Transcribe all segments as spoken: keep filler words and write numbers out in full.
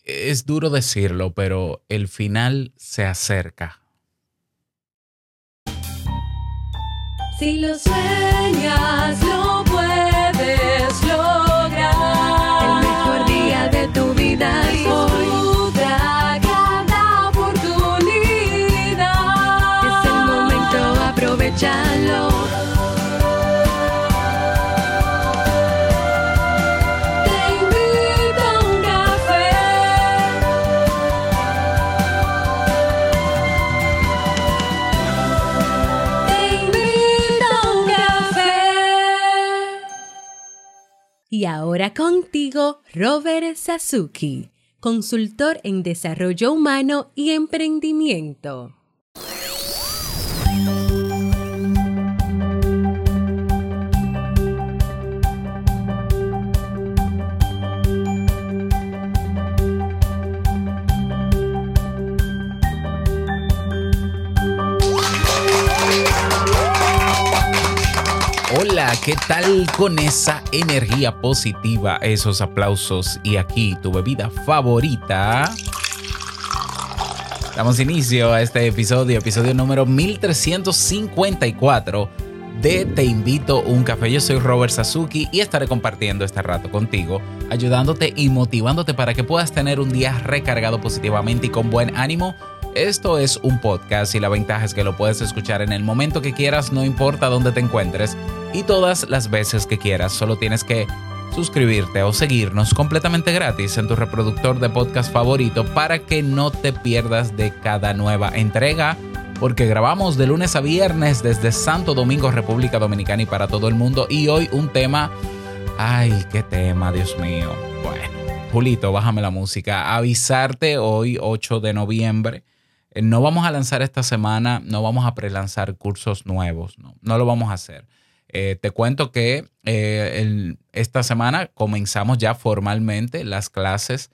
es duro decirlo, pero el final se acerca. Si lo sueñas, lo puedes lograr. El mejor día de tu vida es hoy. Disfruta cada oportunidad. Es el momento, aprovechalo. Y ahora contigo, Robert Sasuki, consultor en desarrollo humano y emprendimiento. Hola, ¿qué tal con esa energía positiva, esos aplausos y aquí tu bebida favorita? Damos inicio a este episodio, episodio número mil trescientos cincuenta y cuatro de Te Invito un Café. Yo soy Robert Sasuki y estaré compartiendo este rato contigo, ayudándote y motivándote para que puedas tener un día recargado positivamente y con buen ánimo. Esto es un podcast y la ventaja es que lo puedes escuchar en el momento que quieras, no importa dónde te encuentres y todas las veces que quieras. Solo tienes que suscribirte o seguirnos completamente gratis en tu reproductor de podcast favorito para que no te pierdas de cada nueva entrega, porque grabamos de lunes a viernes desde Santo Domingo, República Dominicana y para todo el mundo. Y hoy un tema, ay, qué tema, Dios mío. Bueno, Julito, bájame la música. Avisarte hoy, ocho de noviembre. No vamos a lanzar esta semana, no vamos a prelanzar cursos nuevos, no, no lo vamos a hacer. Eh, te cuento que eh, el, esta semana comenzamos ya formalmente las clases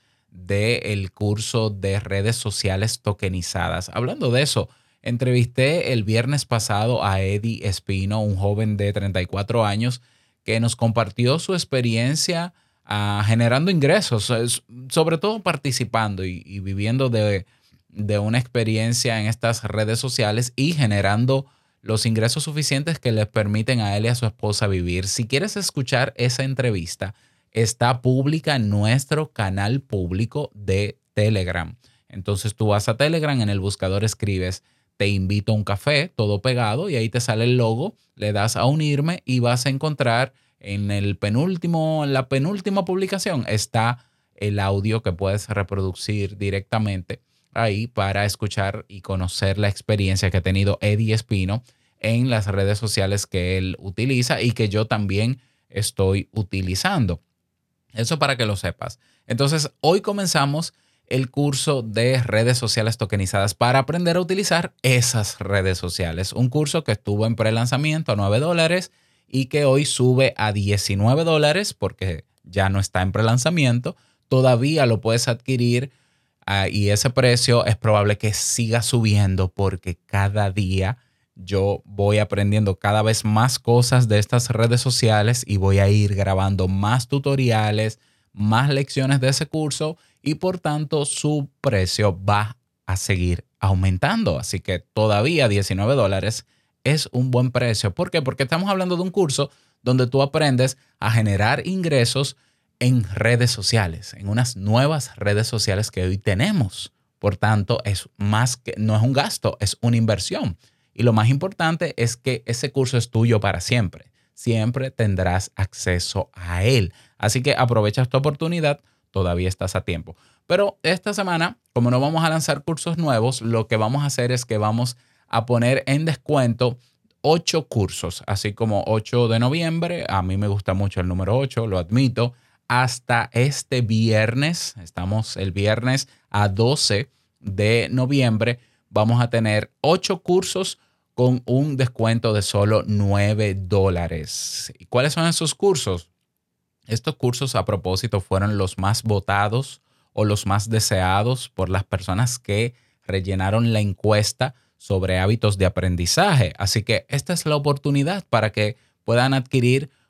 del curso de redes sociales tokenizadas. Hablando de eso, entrevisté el viernes pasado a Eddie Espino, un joven de treinta y cuatro años, que nos compartió su experiencia uh, generando ingresos, sobre todo participando y, y viviendo de... de una experiencia en estas redes sociales y generando los ingresos suficientes que les permiten a él y a su esposa vivir. Si quieres escuchar esa entrevista, está pública en nuestro canal público de Telegram. Entonces tú vas a Telegram, en el buscador escribes Te Invito a un Café, todo pegado, y ahí te sale el logo, le das a unirme y vas a encontrar en el penúltimo, en la penúltima publicación está el audio que puedes reproducir directamente ahí para escuchar y conocer la experiencia que ha tenido Eddie Espino en las redes sociales que él utiliza y que yo también estoy utilizando. Eso para que lo sepas. Entonces, hoy comenzamos el curso de redes sociales tokenizadas para aprender a utilizar esas redes sociales. Un curso que estuvo en prelanzamiento a nueve dólares y que hoy sube a diecinueve dólares porque ya no está en prelanzamiento. Todavía lo puedes adquirir. Uh, y ese precio es probable que siga subiendo porque cada día yo voy aprendiendo cada vez más cosas de estas redes sociales y voy a ir grabando más tutoriales, más lecciones de ese curso y por tanto su precio va a seguir aumentando. Así que todavía diecinueve dólares es un buen precio. ¿Por qué? Porque estamos hablando de un curso donde tú aprendes a generar ingresos en redes sociales, en unas nuevas redes sociales que hoy tenemos. Por tanto, es más que, no es un gasto, es una inversión. Y lo más importante es que ese curso es tuyo para siempre. Siempre tendrás acceso a él. Así que aprovecha esta oportunidad, todavía estás a tiempo. Pero esta semana, como no vamos a lanzar cursos nuevos, lo que vamos a hacer es que vamos a poner en descuento ocho cursos, así como ocho de noviembre. A mí me gusta mucho el número ocho, lo admito. Hasta este viernes, estamos el viernes a doce de noviembre, vamos a tener ocho cursos con un descuento de solo nueve dólares. ¿Y cuáles son esos cursos? Estos cursos, a propósito, fueron los más votados o los más deseados por las personas que rellenaron la encuesta sobre hábitos de aprendizaje. Así que esta es la oportunidad para que puedan adquirir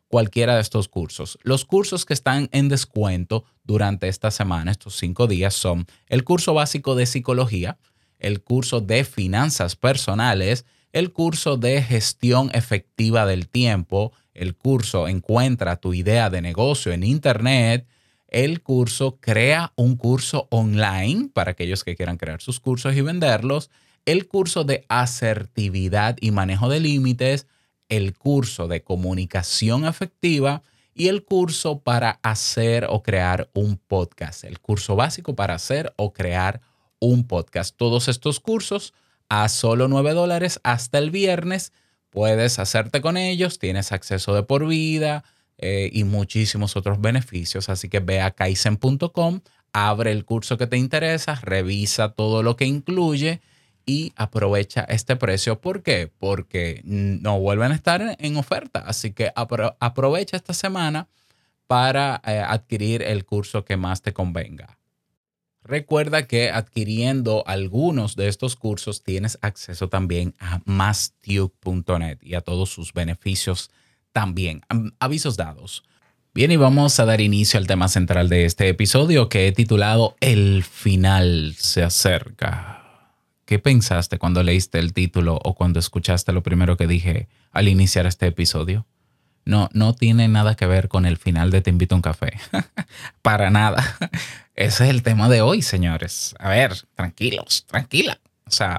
cualquiera de estos cursos. Los cursos que están en descuento durante esta semana, estos cinco días, son el curso básico de psicología, el curso de finanzas personales, el curso de gestión efectiva del tiempo, el curso Encuentra tu idea de negocio en Internet, el curso Crea un curso online para aquellos que quieran crear sus cursos y venderlos, el curso de asertividad y manejo de límites, el curso de comunicación efectiva y el curso para hacer o crear un podcast, el curso básico para hacer o crear un podcast. Todos estos cursos a solo nueve dólares hasta el viernes. Puedes hacerte con ellos, tienes acceso de por vida eh, y muchísimos otros beneficios. Así que ve a kaizen punto com, abre el curso que te interesa, revisa todo lo que incluye y aprovecha este precio. ¿Por qué? Porque no vuelven a estar en oferta. Así que apro- aprovecha esta semana para eh, adquirir el curso que más te convenga. Recuerda que adquiriendo algunos de estos cursos tienes acceso también a mastiuk punto net y a todos sus beneficios también. Avisos dados. Bien, y vamos a dar inicio al tema central de este episodio que he titulado El final se acerca. ¿Qué pensaste cuando leíste el título o cuando escuchaste lo primero que dije al iniciar este episodio? No, no tiene nada que ver con el final de Te Invito a un Café. Para nada. Ese es el tema de hoy, señores. A ver, tranquilos, tranquila. O sea,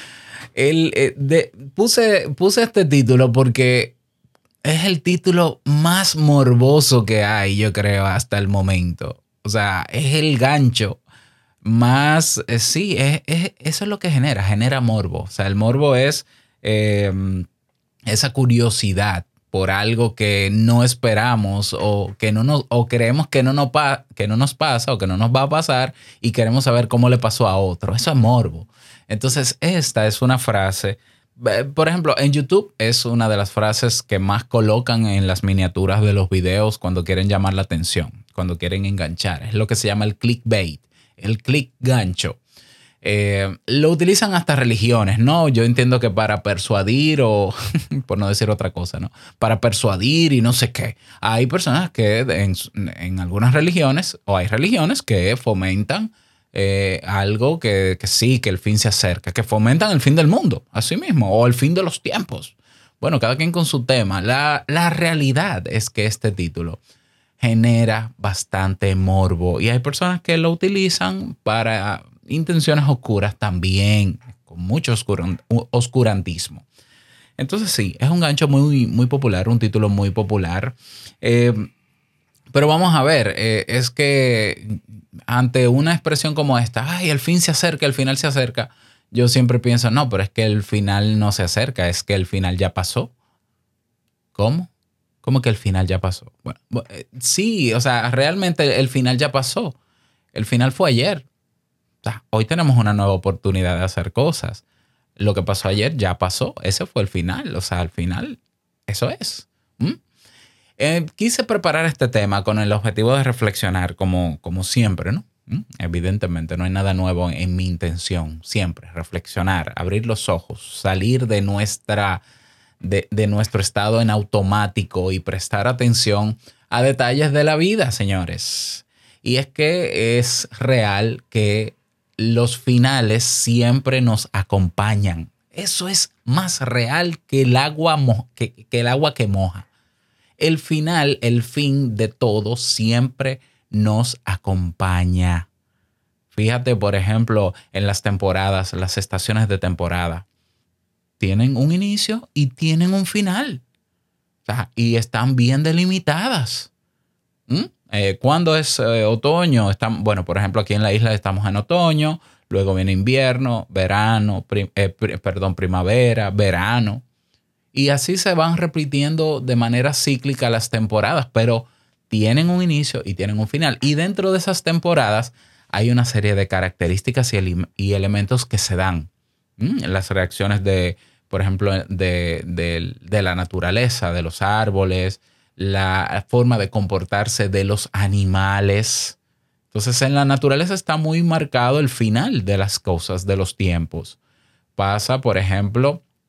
el, eh, de, puse, puse este título porque es el título más morboso que hay, yo creo, hasta el momento. O sea, es el gancho más, eh, sí, es, es, eso es lo que genera, genera morbo. O sea, el morbo es eh, esa curiosidad por algo que no esperamos o que no nos, o creemos que no, nos pa, que no nos pasa o que no nos va a pasar y queremos saber cómo le pasó a otro. Eso es morbo. Entonces, esta es una frase, por ejemplo, en YouTube es una de las frases que más colocan en las miniaturas de los videos cuando quieren llamar la atención, cuando quieren enganchar. Es lo que se llama el clickbait, el click gancho. Eh, lo utilizan hasta religiones, ¿no? Yo entiendo que para persuadir o, por no decir otra cosa, ¿no? Para persuadir y no sé qué. Hay personas que en, en algunas religiones, o hay religiones que fomentan eh, algo que, que sí, que el fin se acerca, que fomentan el fin del mundo, así mismo, o el fin de los tiempos. Bueno, cada quien con su tema. La, la realidad es que este título genera bastante morbo y hay personas que lo utilizan para intenciones oscuras también, con mucho oscurantismo. Entonces sí, es un gancho muy, muy popular, un título muy popular. Eh, pero vamos a ver, eh, es que ante una expresión como esta, ay, el fin se acerca, el final se acerca, yo siempre pienso, no, pero es que el final no se acerca, es que el final ya pasó. ¿Cómo? ¿Cómo que el final ya pasó? Bueno, sí, o sea, realmente el final ya pasó. El final fue ayer. O sea, hoy tenemos una nueva oportunidad de hacer cosas. Lo que pasó ayer ya pasó. Ese fue el final. O sea, al final, eso es. ¿Mm? Eh, quise preparar este tema con el objetivo de reflexionar, como, como siempre, ¿no? ¿Mm? Evidentemente, no hay nada nuevo en, en mi intención. Siempre reflexionar, abrir los ojos, salir de nuestra, de, de nuestro estado en automático y prestar atención a detalles de la vida, señores. Y es que es real que los finales siempre nos acompañan. Eso es más real que el agua, mo- que, que el agua que moja. El final, el fin de todo siempre nos acompaña. Fíjate, por ejemplo, en las temporadas, las estaciones de temporada. Tienen un inicio y tienen un final. O sea, y están bien delimitadas. ¿Mm? Eh, ¿Cuándo es eh, otoño? Estamos, bueno, por ejemplo, aquí en la isla estamos en otoño, luego viene invierno, verano, prim, eh, pr- perdón, primavera, verano. Y así se van repitiendo de manera cíclica las temporadas, pero tienen un inicio y tienen un final. Y dentro de esas temporadas hay una serie de características y, ele- y elementos que se dan. ¿Mm? Las reacciones de, por ejemplo, de, de, de la naturaleza, de los árboles, la forma de comportarse de los animales. Entonces, en la naturaleza está muy marcado el final de las cosas, de los tiempos. Pasa, por ejemplo,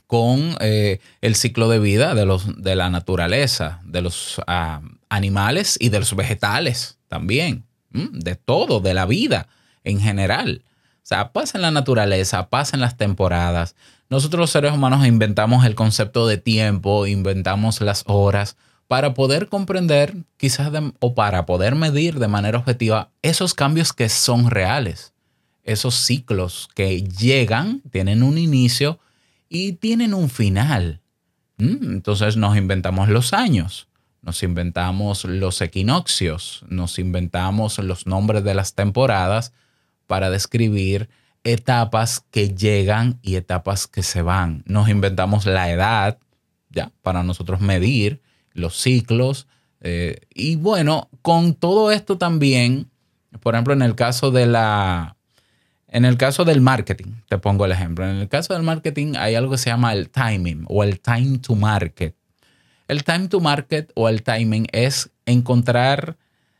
con eh, el ciclo de vida de, los, de la naturaleza, de los uh, animales y de los vegetales también, ¿m? De todo, de la vida en general. O sea, pasa en la naturaleza, pasa en las temporadas. Nosotros los seres humanos inventamos el concepto de tiempo, inventamos las horas para poder comprender quizás de, o para poder medir de manera objetiva esos cambios que son reales, esos ciclos que llegan, tienen un inicio y tienen un final. Entonces nos inventamos los años, nos inventamos los equinoccios, nos inventamos los nombres de las temporadas para describir etapas que llegan y etapas que se van. Nos inventamos la edad, ya, para nosotros medir los ciclos. Eh, y bueno, con todo esto también, por ejemplo, en el caso de la... En el caso del marketing, te pongo el ejemplo. En el caso del marketing hay algo que se llama el timing o el time to market. El time to market o el timing es encontrar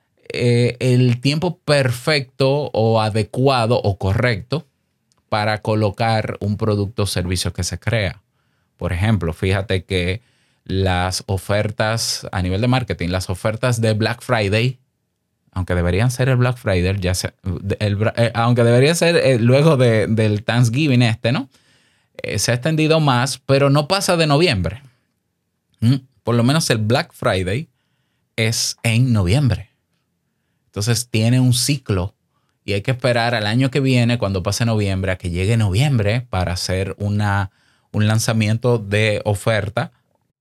eh, el tiempo perfecto o adecuado o correcto para colocar un producto o servicio que se crea. Por ejemplo, fíjate que las ofertas a nivel de marketing, las ofertas de Black Friday, aunque deberían ser el Black Friday, ya se, el, eh, aunque debería ser eh, luego de, del Thanksgiving este, ¿no? Eh, se ha extendido más, pero no pasa de noviembre. ¿Mm? Por lo menos el Black Friday es en noviembre. Entonces tiene un ciclo y hay que esperar al año que viene, cuando pase noviembre, a que llegue noviembre para hacer una, un lanzamiento de oferta.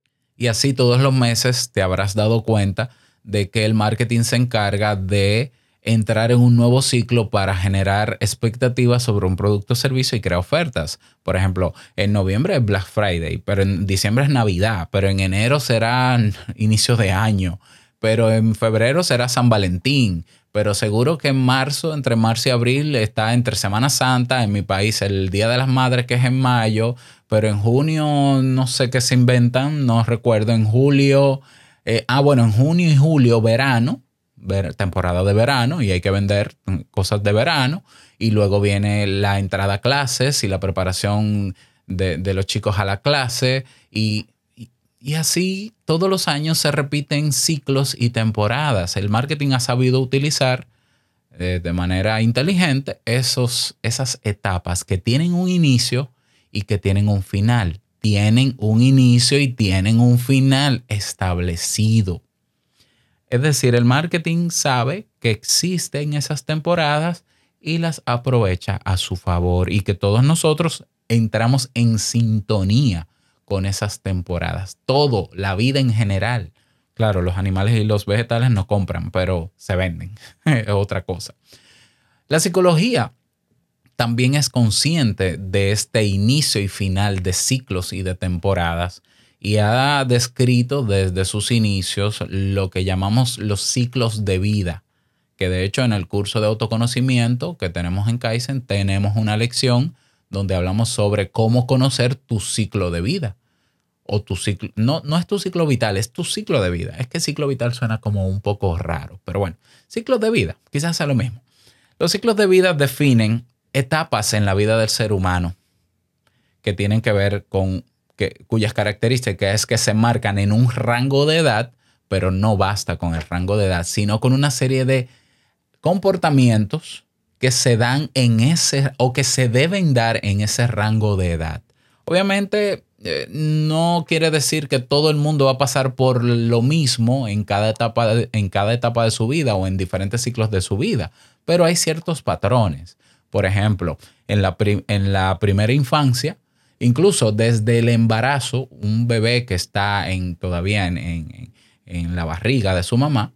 Y así todos los meses te habrás dado cuenta de que el marketing se encarga de entrar en un nuevo ciclo para generar expectativas sobre un producto o servicio y crear ofertas. Por ejemplo, en noviembre es Black Friday, pero en diciembre es Navidad, pero en enero será inicio de año, pero en febrero será San Valentín, pero seguro que en marzo, entre marzo y abril, está entre Semana Santa, en mi país el Día de las Madres, que es en mayo, pero en junio no sé qué se inventan, no recuerdo, en julio... Eh, ah, bueno, en junio y julio, verano, ver, temporada de verano, y hay que vender cosas de verano. Y luego viene la entrada a clases y la preparación de, de los chicos a la clase. Y, y, y así todos los años se repiten ciclos y temporadas. El marketing ha sabido utilizar eh, de manera inteligente esos, esas etapas que tienen un inicio y que tienen un final. Tienen un inicio y tienen un final establecido. Es decir, el marketing sabe que existen esas temporadas y las aprovecha a su favor y que todos nosotros entramos en sintonía con esas temporadas. Todo, la vida en general. Claro, los animales y los vegetales no compran, pero se venden. Es otra cosa. La psicología también es consciente de este inicio y final de ciclos y de temporadas y ha descrito desde sus inicios lo que llamamos los ciclos de vida, que de hecho en el curso de autoconocimiento que tenemos en Kaizen tenemos una lección donde hablamos sobre cómo conocer tu ciclo de vida. O tu ciclo, no, no es tu ciclo vital, es tu ciclo de vida. Es que ciclo vital suena como un poco raro, pero bueno, ciclos de vida, quizás sea lo mismo. Los ciclos de vida definen etapas en la vida del ser humano que tienen que ver con que, cuyas características es que se marcan en un rango de edad, pero no basta con el rango de edad, sino con una serie de comportamientos que se dan en ese o que se deben dar en ese rango de edad. Obviamente eh, no quiere decir que todo el mundo va a pasar por lo mismo en cada etapa de, en cada etapa de su vida o en diferentes ciclos de su vida, pero hay ciertos patrones. Por ejemplo, en la, prim- en la primera infancia, incluso desde el embarazo, un bebé que está en, todavía en, en, en la barriga de su mamá,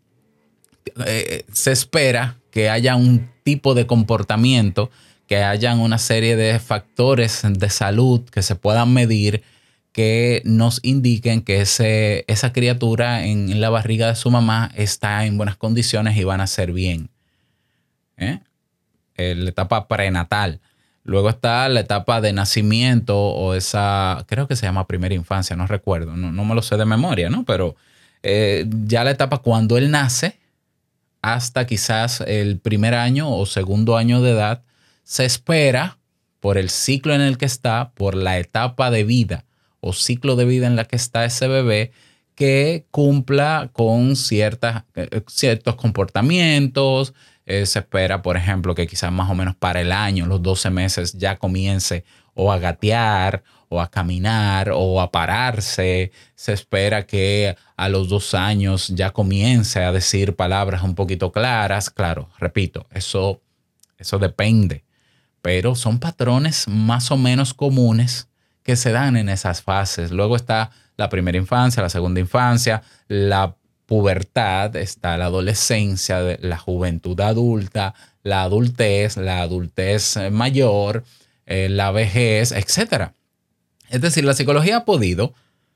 eh, se espera que haya un tipo de comportamiento, que hayan una serie de factores de salud que se puedan medir que nos indiquen que ese, esa criatura en la barriga de su mamá está en buenas condiciones y van a ser bien. ¿Eh? La etapa prenatal. Luego está la etapa de nacimiento o esa, creo que se llama primera infancia, no recuerdo, no, no me lo sé de memoria, ¿no? Pero eh, ya la etapa cuando él nace hasta quizás el primer año o segundo año de edad, se espera por el ciclo en el que está, por la etapa de vida o ciclo de vida en la que está ese bebé que cumpla con ciertas, eh, ciertos comportamientos. Eh, se espera, por ejemplo, que quizás más o menos para el año, los doce meses, ya comience o a gatear o a caminar o a pararse. Se espera que a los dos años ya comience a decir palabras un poquito claras. Claro, repito, eso, eso depende, pero son patrones más o menos comunes que se dan en esas fases. Luego está la primera infancia, la segunda infancia, la pubertad, está la adolescencia, la juventud adulta, la adultez, la adultez mayor, eh, la vejez, etcétera. Es decir, la psicología ha podido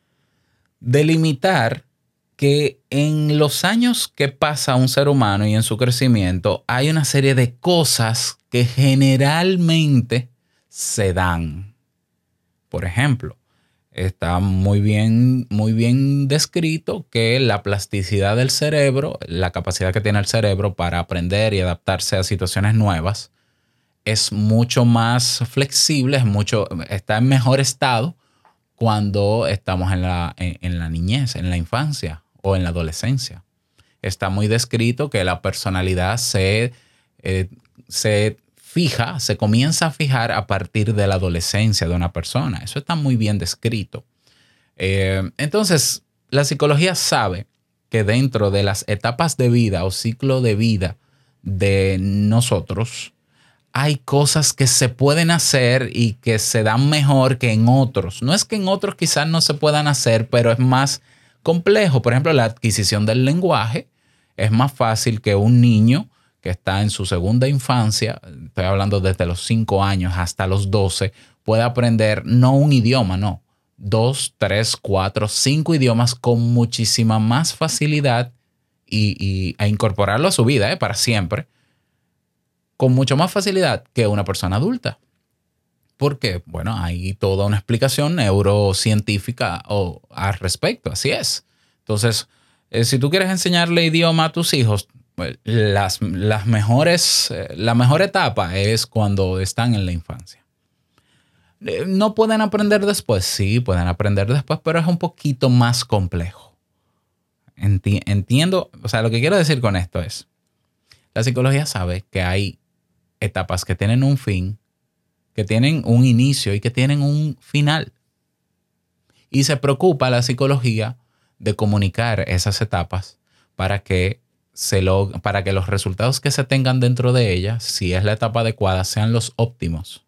delimitar que en los años que pasa un ser humano y en su crecimiento hay una serie de cosas que generalmente se dan. Por ejemplo, está muy bien, muy bien descrito que la plasticidad del cerebro, la capacidad que tiene el cerebro para aprender y adaptarse a situaciones nuevas, es mucho más flexible, es mucho, está en mejor estado cuando estamos en la, en, en la niñez, en la infancia o en la adolescencia. Está muy descrito que la personalidad se, eh, se fija, se comienza a fijar a partir de la adolescencia de una persona. Eso está muy bien descrito. Eh, entonces, la psicología sabe que dentro de las etapas de vida o ciclo de vida de nosotros, hay cosas que se pueden hacer y que se dan mejor que en otros. No es que en otros quizás no se puedan hacer, pero es más complejo. Por ejemplo, la adquisición del lenguaje es más fácil que un niño que está en su segunda infancia, estoy hablando desde los cinco años hasta los doce, pueda aprender no un idioma, no, dos, tres, cuatro, cinco idiomas con muchísima más facilidad y, y a incorporarlo a su vida, ¿eh? Para siempre, con mucho más facilidad que una persona adulta. ¿Por qué? Bueno, hay toda una explicación neurocientífica o, al respecto, así es. Entonces, eh, si tú quieres enseñarle idioma a tus hijos, pues, las, las mejores, eh, la mejor etapa es cuando están en la infancia. Eh, ¿No pueden aprender después? Sí, pueden aprender después, pero es un poquito más complejo. Enti- entiendo, o sea, lo que quiero decir con esto es, la psicología sabe que hay etapas que tienen un fin, que tienen un inicio y que tienen un final. Y se preocupa la psicología de comunicar esas etapas para que, se lo, para que los resultados que se tengan dentro de ellas, si es la etapa adecuada, sean los óptimos.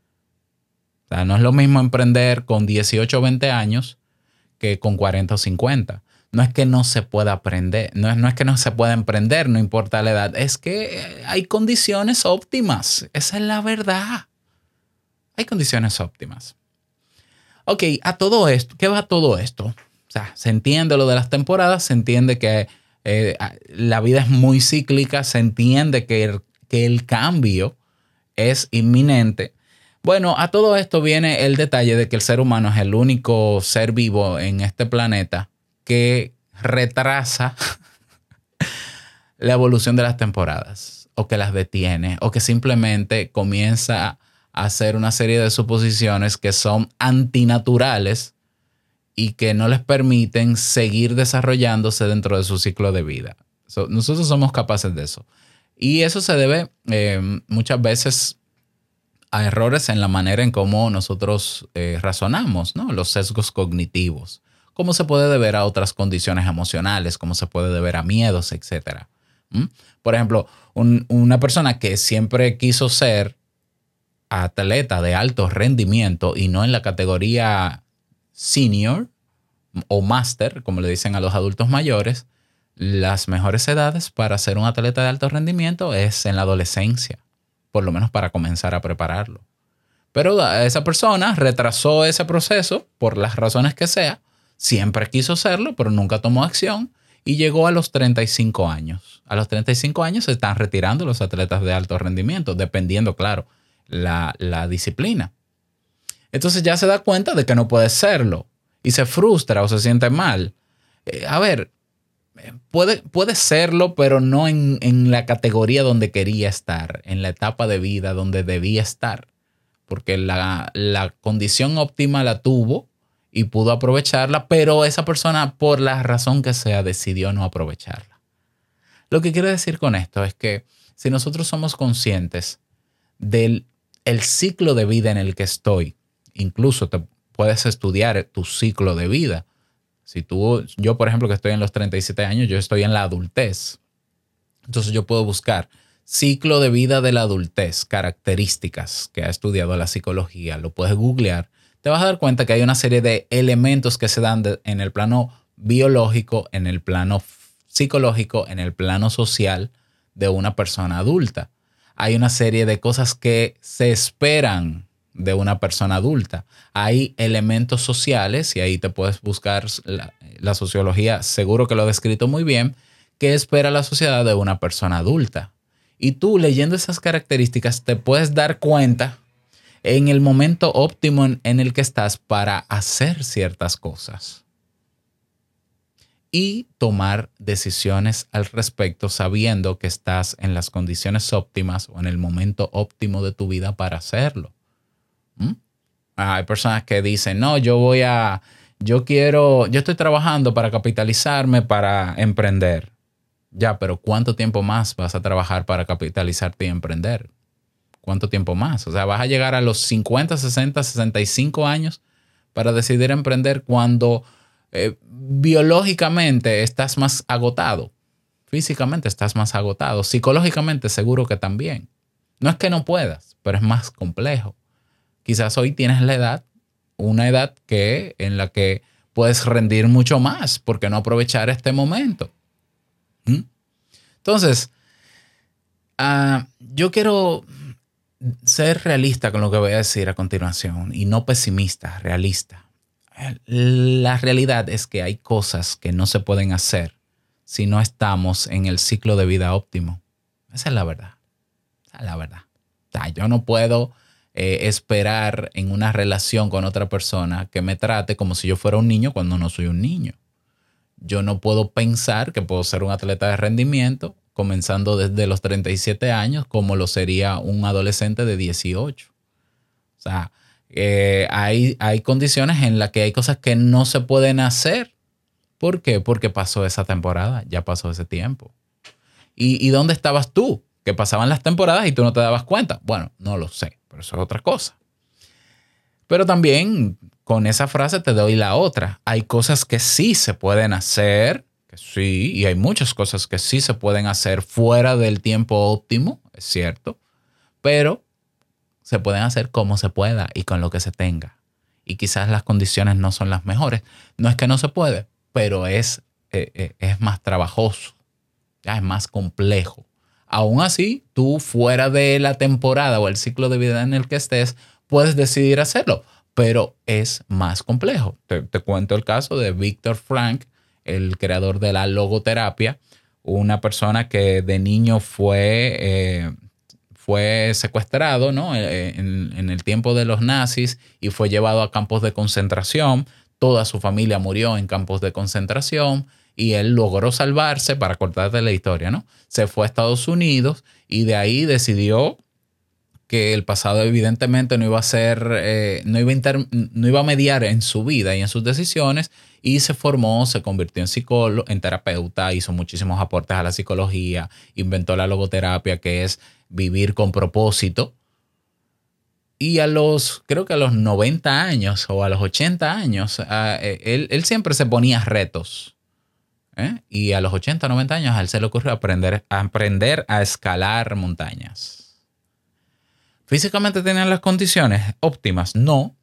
O sea, no es lo mismo emprender con dieciocho o veinte años que con cuarenta o cincuenta. No es que no se pueda aprender, no es, no es que no se pueda emprender, no importa la edad. Es que hay condiciones óptimas. Esa es la verdad. Hay condiciones óptimas. Ok, a todo esto, ¿qué va todo esto? O sea, se entiende lo de las temporadas, se entiende que eh, la vida es muy cíclica, se entiende que el, que el cambio es inminente. Bueno, a todo esto viene el detalle de que el ser humano es el único ser vivo en este planeta que retrasa la evolución de las temporadas, o que las detiene, o que simplemente comienza a hacer una serie de suposiciones que son antinaturales y que no les permiten seguir desarrollándose dentro de su ciclo de vida. So, nosotros somos capaces de eso. Y eso se debe eh, muchas veces a errores en la manera en cómo nosotros eh, razonamos, ¿no? Los sesgos cognitivos. Cómo se puede deber a otras condiciones emocionales, cómo se puede deber a miedos, etcétera. ¿Mm? Por ejemplo, un, una persona que siempre quiso ser atleta de alto rendimiento y no en la categoría senior o master, como le dicen a los adultos mayores, las mejores edades para ser un atleta de alto rendimiento es en la adolescencia, por lo menos para comenzar a prepararlo. Pero esa persona retrasó ese proceso por las razones que sea, siempre quiso serlo, pero nunca tomó acción y llegó a los treinta y cinco años. A los treinta y cinco años se están retirando los atletas de alto rendimiento, dependiendo, claro, la, la disciplina. Entonces ya se da cuenta de que no puede serlo y se frustra o se siente mal. Eh, a ver, puede, puede serlo, pero no en, en la categoría donde quería estar, en la etapa de vida donde debía estar, porque la, la condición óptima la tuvo y pudo aprovecharla, pero esa persona, por la razón que sea, decidió no aprovecharla. Lo que quiero decir con esto es que si nosotros somos conscientes del el ciclo de vida en el que estoy, incluso te puedes estudiar tu ciclo de vida. Si tú, yo por ejemplo que estoy en los treinta y siete años, yo estoy en la adultez. Entonces yo puedo buscar ciclo de vida de la adultez, características que ha estudiado la psicología, lo puedes googlear. Te vas a dar cuenta que hay una serie de elementos que se dan de, en el plano biológico, en el plano psicológico, en el plano social de una persona adulta. Hay una serie de cosas que se esperan de una persona adulta. Hay elementos sociales, y ahí te puedes buscar la, la sociología, seguro que lo ha descrito muy bien, que espera la sociedad de una persona adulta. Y tú leyendo esas características te puedes dar cuenta en el momento óptimo en, en el que estás para hacer ciertas cosas y tomar decisiones al respecto sabiendo que estás en las condiciones óptimas o en el momento óptimo de tu vida para hacerlo. ¿Mm? Hay personas que dicen, no, yo voy a, yo quiero, yo estoy trabajando para capitalizarme, para emprender. Ya, pero ¿cuánto tiempo más vas a trabajar para capitalizarte y emprender? ¿Cuánto tiempo más? O sea, vas a llegar a los cincuenta, sesenta, sesenta y cinco años para decidir emprender cuando eh, biológicamente estás más agotado. Físicamente estás más agotado. Psicológicamente seguro que también. No es que no puedas, pero es más complejo. Quizás hoy tienes la edad, una edad que, en la que puedes rendir mucho más. ¿Por qué no aprovechar este momento? ¿Mm? Entonces, uh, yo quiero ser realista con lo que voy a decir a continuación y no pesimista, realista. La realidad es que hay cosas que no se pueden hacer si no estamos en el ciclo de vida óptimo. Esa es la verdad. Esa es la verdad. O sea, yo no puedo eh, esperar en una relación con otra persona que me trate como si yo fuera un niño cuando no soy un niño. Yo no puedo pensar que puedo ser un atleta de rendimiento comenzando desde los treinta y siete años como lo sería un adolescente de dieciocho. O sea, eh, hay, hay condiciones en las que hay cosas que no se pueden hacer. ¿Por qué? Porque pasó esa temporada, ya pasó ese tiempo. ¿Y, y dónde estabas tú? Que pasaban las temporadas y tú no te dabas cuenta. Bueno, no lo sé, pero eso es otra cosa. Pero también con esa frase te doy la otra. Hay cosas que sí se pueden hacer, que sí, y hay muchas cosas que sí se pueden hacer fuera del tiempo óptimo, es cierto, pero se pueden hacer como se pueda y con lo que se tenga. Y quizás las condiciones no son las mejores. No es que no se puede, pero es, eh, es más trabajoso, ya es más complejo. Aún así, tú fuera de la temporada o el ciclo de vida en el que estés, puedes decidir hacerlo, pero es más complejo. Te, te cuento el caso de Viktor Frankl, el creador de la logoterapia, una persona que de niño fue, eh, fue secuestrado, ¿no? en, en el tiempo de los nazis y fue llevado a campos de concentración. Toda su familia murió en campos de concentración y él logró salvarse, para cortarte la historia, ¿no? Se fue a Estados Unidos y de ahí decidió que el pasado evidentemente no iba a ser, eh, no, iba a inter, no iba a mediar en su vida y en sus decisiones, y se formó, se convirtió en psicólogo, en terapeuta, hizo muchísimos aportes a la psicología, inventó la logoterapia, que es vivir con propósito. Y a los, creo que a los noventa años o a los ochenta años, uh, él, él siempre se ponía retos. ¿eh? Y a los ochenta, noventa años a él se le ocurrió aprender, aprender a escalar montañas. ¿Físicamente tenían las condiciones óptimas? No.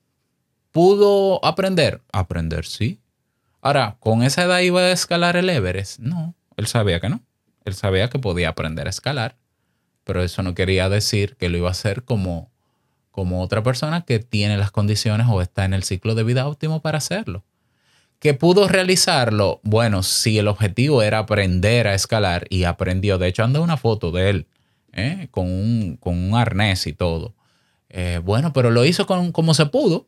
¿Pudo aprender? Aprender, sí. Ahora, ¿con esa edad iba a escalar el Everest? No, él sabía que no. Él sabía que podía aprender a escalar, pero eso no quería decir que lo iba a hacer como, como otra persona que tiene las condiciones o está en el ciclo de vida óptimo para hacerlo. ¿Que pudo realizarlo? Bueno, si el objetivo era aprender a escalar y aprendió. De hecho, anda una foto de él. ¿Eh? Con, un, con un arnés y todo. Eh, bueno, pero lo hizo con, como se pudo.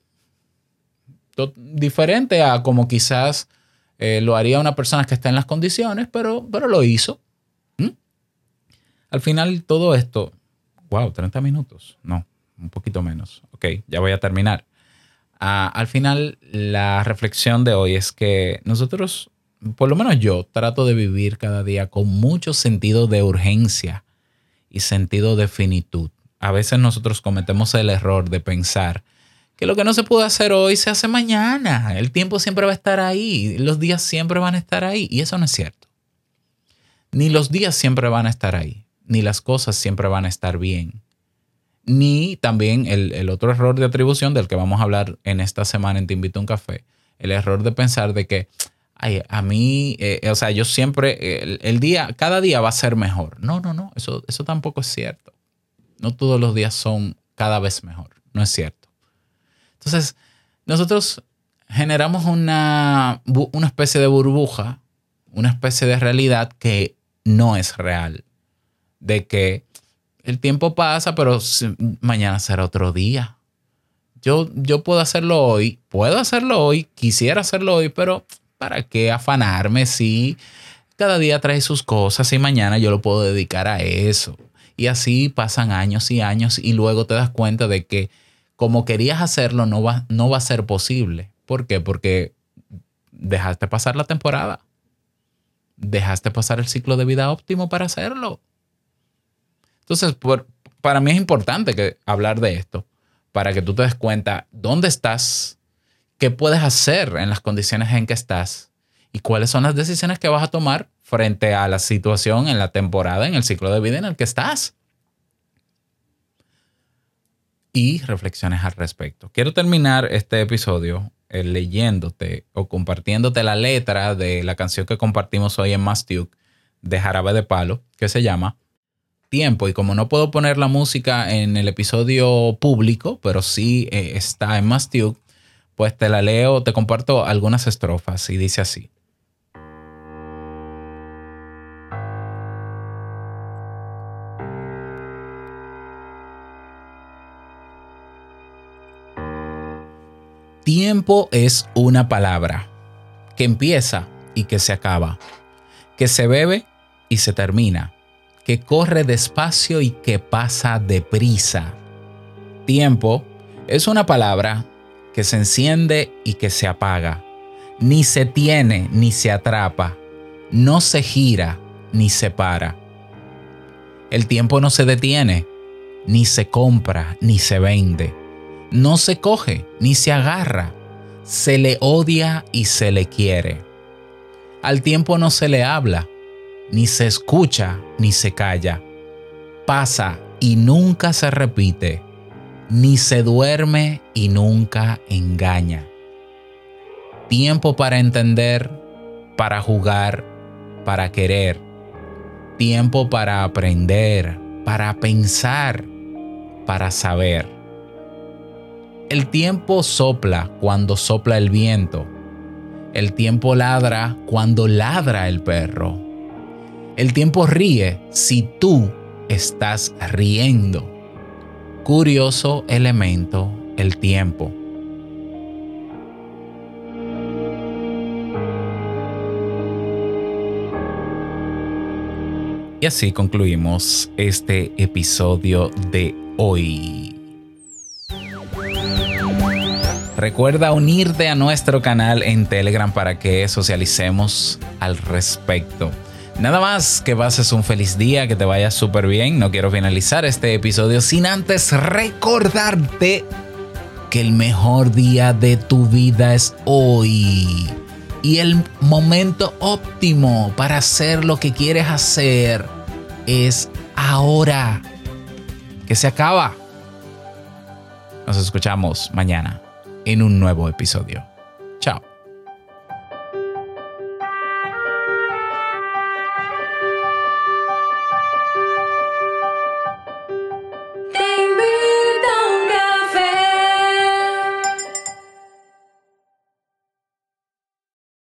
Diferente a como quizás eh, lo haría una persona que está en las condiciones, pero, pero lo hizo. ¿Mm? Al final todo esto, wow, treinta minutos. No, un poquito menos. Ok, ya voy a terminar. Uh, al final, la reflexión de hoy es que nosotros, por lo menos yo, trato de vivir cada día con mucho sentido de urgencia y sentido de finitud. A veces nosotros cometemos el error de pensar que lo que no se pudo hacer hoy se hace mañana. El tiempo siempre va a estar ahí. Los días siempre van a estar ahí. Y eso no es cierto. Ni los días siempre van a estar ahí. Ni las cosas siempre van a estar bien. Ni también el, el otro error de atribución del que vamos a hablar en esta semana en Te Invito a un Café. El error de pensar de que, ay, a mí, eh, o sea, yo siempre, el, el día, cada día va a ser mejor. No, no, no, eso, eso tampoco es cierto. No todos los días son cada vez mejor. No es cierto. Entonces, nosotros generamos una, una especie de burbuja, una especie de realidad que no es real. De que el tiempo pasa, pero mañana será otro día. Yo, yo puedo hacerlo hoy, puedo hacerlo hoy, quisiera hacerlo hoy, pero ¿para qué afanarme si cada día trae sus cosas y mañana yo lo puedo dedicar a eso? Y así pasan años y años y luego te das cuenta de que como querías hacerlo no va, no va a ser posible. ¿Por qué? Porque dejaste pasar la temporada. Dejaste pasar el ciclo de vida óptimo para hacerlo. Entonces, por, para mí es importante que, hablar de esto para que tú te des cuenta dónde estás, qué puedes hacer en las condiciones en que estás y cuáles son las decisiones que vas a tomar frente a la situación en la temporada, en el ciclo de vida en el que estás. Y reflexiones al respecto. Quiero terminar este episodio eh, leyéndote o compartiéndote la letra de la canción que compartimos hoy en Mastiuk de Jarabe de Palo, que se llama Tiempo. Y como no puedo poner la música en el episodio público, pero sí eh, está en Mastiuk, pues te la leo, te comparto algunas estrofas y dice así. Tiempo es una palabra que empieza y que se acaba, que se bebe y se termina, que corre despacio y que pasa deprisa. Tiempo es una palabra que se enciende y que se apaga, ni se tiene ni se atrapa, no se gira ni se para. El tiempo no se detiene, ni se compra ni se vende. No se coge ni se agarra, se le odia y se le quiere. Al tiempo no se le habla, ni se escucha ni se calla. Pasa y nunca se repite, ni se duerme y nunca engaña. Tiempo para entender, para jugar, para querer. Tiempo para aprender, para pensar, para saber. El tiempo sopla cuando sopla el viento. El tiempo ladra cuando ladra el perro. El tiempo ríe si tú estás riendo. Curioso elemento, el tiempo. Y así concluimos este episodio de hoy. Recuerda unirte a nuestro canal en Telegram para que socialicemos al respecto. Nada más, que pases un feliz día, que te vaya súper bien. No quiero finalizar este episodio sin antes recordarte que el mejor día de tu vida es hoy. Y el momento óptimo para hacer lo que quieres hacer es ahora. Que se acaba. Nos escuchamos mañana en un nuevo episodio.